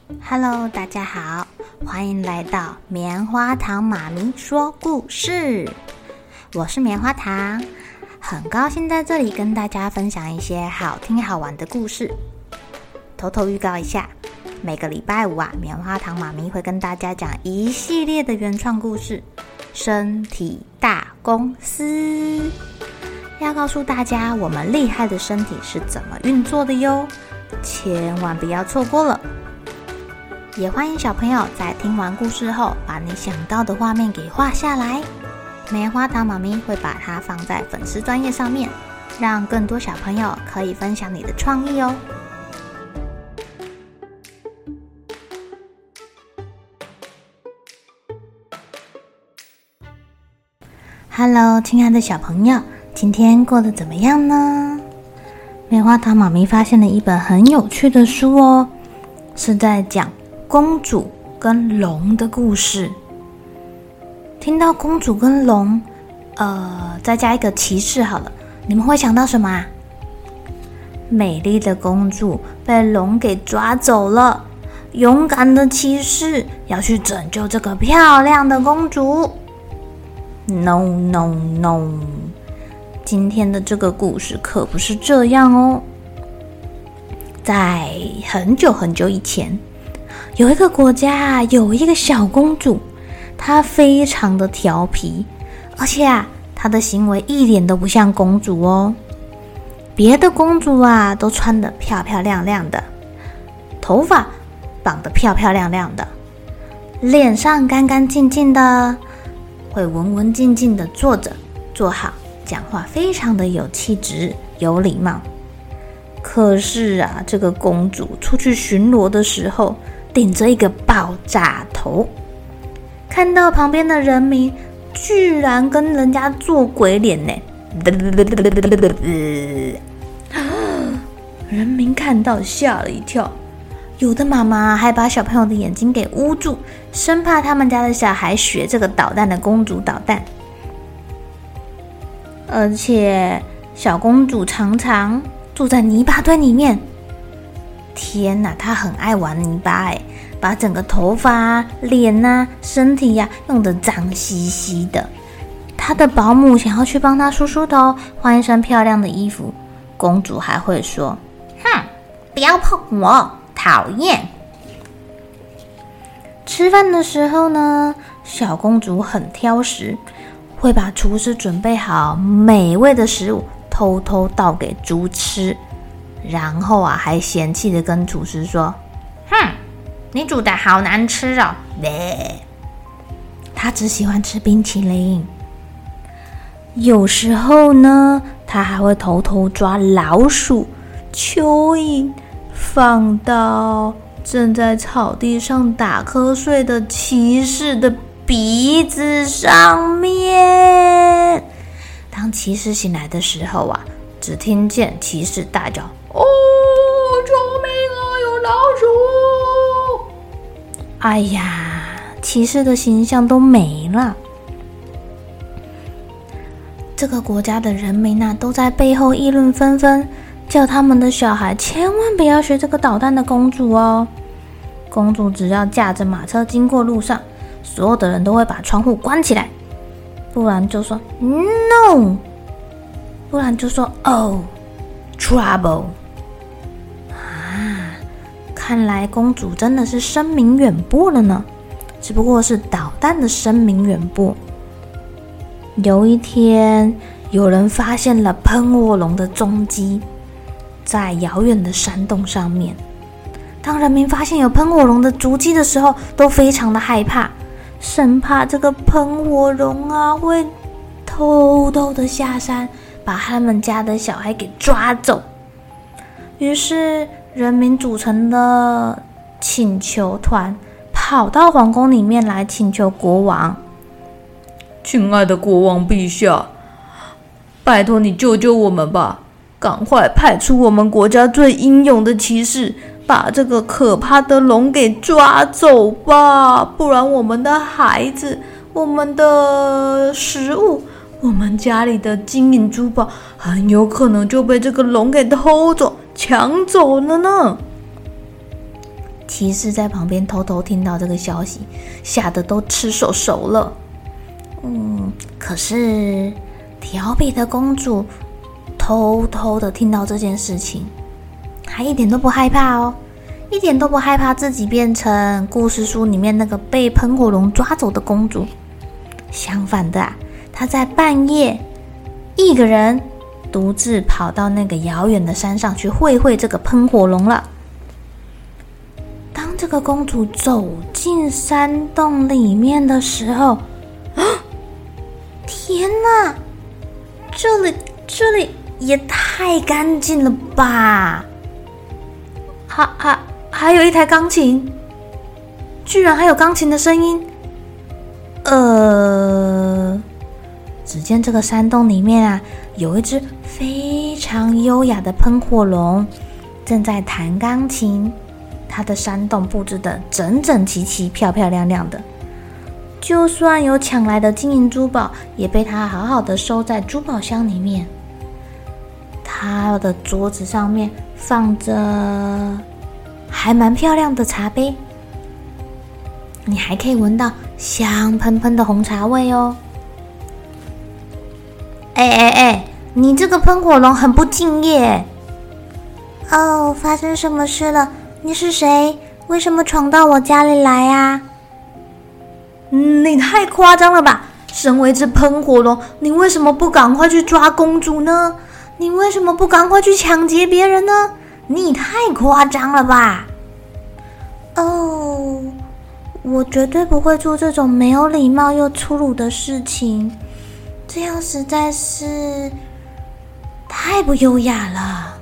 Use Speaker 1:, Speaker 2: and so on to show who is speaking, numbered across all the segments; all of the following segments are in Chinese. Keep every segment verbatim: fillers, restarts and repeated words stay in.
Speaker 1: Hello， 大家好，欢迎来到棉花糖妈咪说故事。我是棉花糖，很高兴在这里跟大家分享一些好听好玩的故事。偷偷预告一下，每个礼拜五啊，棉花糖妈咪会跟大家讲一系列的原创故事。身体大公司要告诉大家我们厉害的身体是怎么运作的哟，千万不要错过了。也欢迎小朋友在听完故事后，把你想到的画面给画下来。棉花糖妈咪会把它放在粉丝专页上面，让更多小朋友可以分享你的创意哦。Hello， 亲爱的小朋友，今天过得怎么样呢？棉花糖妈咪发现了一本很有趣的书哦，是在讲公主跟龙的故事。听到公主跟龙，呃，再加一个骑士好了，你们会想到什么啊？美丽的公主被龙给抓走了，勇敢的骑士要去拯救这个漂亮的公主。No no no， 今天的这个故事可不是这样哦。在很久很久以前，有一个国家有一个小公主，她非常的调皮，而且啊，她的行为一点都不像公主哦。别的公主啊，都穿得漂漂亮亮的，头发绑得漂漂亮亮的，脸上干干净净的，会文文静静的坐着坐好，讲话非常的有气质有礼貌。可是啊，这个公主出去巡逻的时候，顶着一个爆炸头，看到旁边的人民居然跟人家做鬼脸呢！人民看到吓了一跳，有的妈妈还把小朋友的眼睛给捂住，生怕他们家的小孩学这个捣蛋的公主捣蛋。而且小公主常常住在泥巴堆里面，天哪，她很爱玩泥巴哎，把整个头发、脸啊、身体呀、啊、用得脏兮兮的。她的保姆想要去帮她梳梳头，换一身漂亮的衣服，公主还会说：“哼，不要碰我，讨厌。”吃饭的时候呢，小公主很挑食，会把厨师准备好美味的食物偷偷倒给猪吃，然后啊，还嫌弃的跟厨师说：“哼，你煮的好难吃哦！”她只喜欢吃冰淇淋。有时候呢，她还会偷偷抓老鼠、蚯蚓，放到正在草地上打瞌睡的骑士的鼻子上面。当骑士醒来的时候啊，只听见骑士大叫：“哦，救命啊，有老鼠！”哎呀，骑士的形象都没了。这个国家的人民啊，都在背后议论纷纷，叫他们的小孩千万不要学这个捣蛋的公主哦。公主只要驾着马车经过路上，所有的人都会把窗户关起来，不然就说 no， 不然就说 oh trouble。 啊，看来公主真的是声名远播了呢，只不过是捣蛋的声名远播。有一天，有人发现了喷火龙的踪迹，在遥远的山洞上面。当人民发现有喷火龙的足迹的时候，都非常的害怕，生怕这个喷火龙啊会偷偷的下山，把他们家的小孩给抓走。于是人民组成了请求团，跑到皇宫里面来请求国王：“亲爱的国王陛下，拜托你救救我们吧，赶快派出我们国家最英勇的骑士，把这个可怕的龙给抓走吧，不然我们的孩子、我们的食物、我们家里的金银珠宝很有可能就被这个龙给偷走、抢走了呢。” 骑士在旁边偷偷听到这个消息，吓得都吃手熟了。嗯，可是调皮的公主偷偷的听到这件事情，还一点都不害怕哦，一点都不害怕自己变成故事书里面那个被喷火龙抓走的公主。相反的啊，她在半夜一个人独自跑到那个遥远的山上去会会这个喷火龙了。当这个公主走进山洞里面的时候，啊，天哪，这里这里也太干净了吧！还还还有一台钢琴，居然还有钢琴的声音。呃，只见这个山洞里面啊，有一只非常优雅的喷火龙正在弹钢琴。它的山洞布置得整整齐齐、漂漂亮亮的，就算有抢来的金银珠宝，也被它好好的收在珠宝箱里面。它的桌子上面放着还蛮漂亮的茶杯，你还可以闻到香喷喷的红茶味哦。哎哎哎，你这个喷火龙很不敬业。哦，发生什么事了？你是谁？为什么闯到我家里来啊？嗯，你太夸张了吧！身为一只喷火龙，你为什么不赶快去抓公主呢？你为什么不赶快去抢劫别人呢？你太夸张了吧！哦，我绝对不会做这种没有礼貌又粗鲁的事情，这样实在是太不优雅了。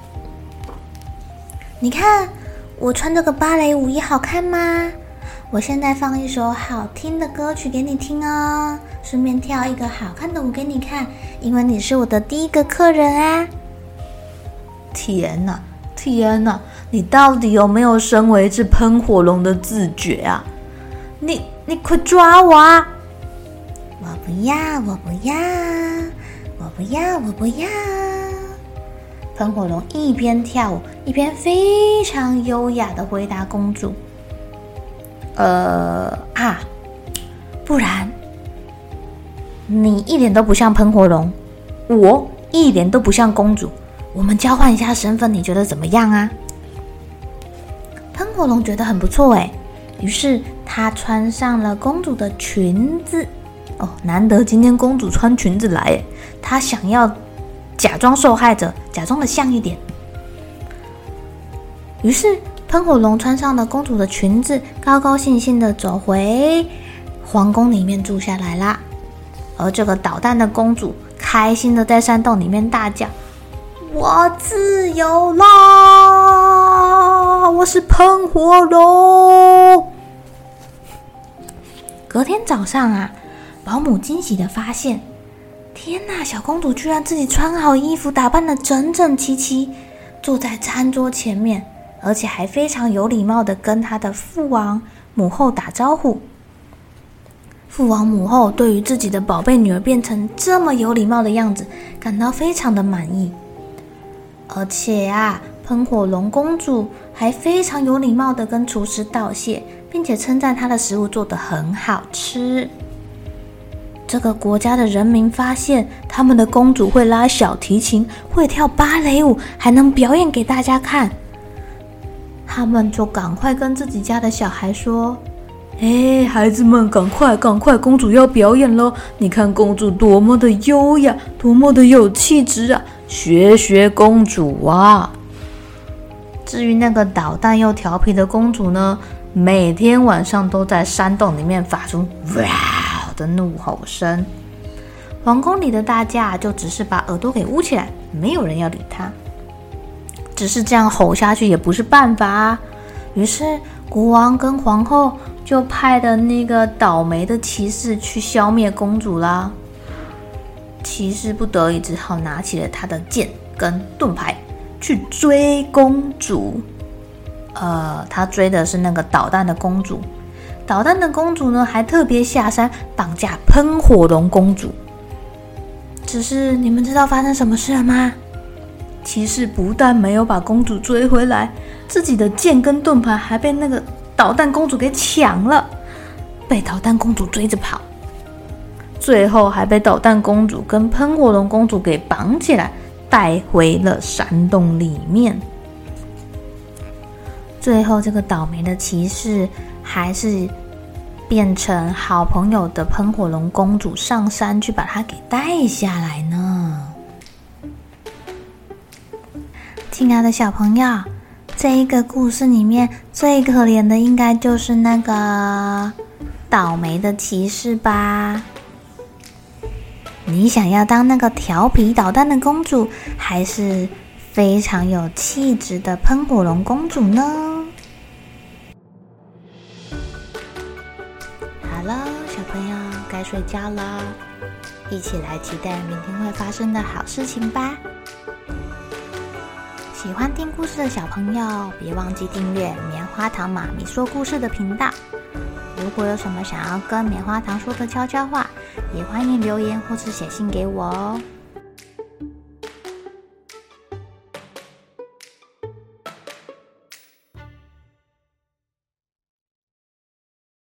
Speaker 1: 你看，我穿这个芭蕾舞衣好看吗？我现在放一首好听的歌曲给你听哦，顺便跳一个好看的舞给你看，因为你是我的第一个客人啊！天哪，天哪，你到底有没有身为一只喷火龙的自觉啊？你你快抓我啊！我不要，我不要，我不要，我不要。喷火龙一边跳舞一边非常优雅地回答公主：“呃啊，不然你一点都不像喷火龙，我一点都不像公主，我们交换一下身份，你觉得怎么样啊？”喷火龙觉得很不错诶，于是他穿上了公主的裙子。哦，难得今天公主穿裙子来诶，他想要假装受害者，假装的像一点。于是喷火龙穿上了公主的裙子，高高兴兴的走回皇宫里面住下来啦。而这个捣蛋的公主开心的在山洞里面大叫：“我自由啦！我是喷火龙！”隔天早上啊，保姆惊喜的发现，天哪，小公主居然自己穿好衣服，打扮得整整齐齐，坐在餐桌前面，而且还非常有礼貌地跟她的父王母后打招呼。父王母后对于自己的宝贝女儿变成这么有礼貌的样子，感到非常的满意。而且啊，喷火龙公主还非常有礼貌地跟厨师道谢，并且称赞她的食物做得很好吃。这个国家的人民发现他们的公主会拉小提琴，会跳芭蕾舞，还能表演给大家看，他们就赶快跟自己家的小孩说：“哎，孩子们，赶快赶快，公主要表演咯！你看公主多么的优雅，多么的有气质啊！学学公主啊！”至于那个捣蛋又调皮的公主呢，每天晚上都在山洞里面发出哇的怒吼声。皇宫里的大家就只是把耳朵给捂起来，没有人要理他。只是这样吼下去也不是办法啊。于是国王跟皇后就派了那个倒霉的骑士去消灭公主啦。骑士不得已只好拿起了他的剑跟盾牌去追公主。呃，他追的是那个捣蛋的公主。捣蛋的公主呢，还特别下山绑架喷火龙公主。只是你们知道发生什么事了吗？ 骑士不但没有把公主追回来，自己的剑跟盾牌还被那个捣蛋公主给抢了，被捣蛋公主追着跑，最后还被捣蛋公主跟喷火龙公主给绑起来，带回了山洞里面。最后这个倒霉的骑士还是变成好朋友的喷火龙公主上山去把她给带下来呢。亲爱的小朋友，这一个故事里面最可怜的应该就是那个倒霉的骑士吧？你想要当那个调皮捣蛋的公主，还是非常有气质的喷火龙公主呢？好了，小朋友该睡觉了，一起来期待明天会发生的好事情吧。喜欢听故事的小朋友，别忘记订阅棉花糖妈咪说故事的频道。如果有什么想要跟棉花糖说的悄悄话，也欢迎留言或是写信给我哦。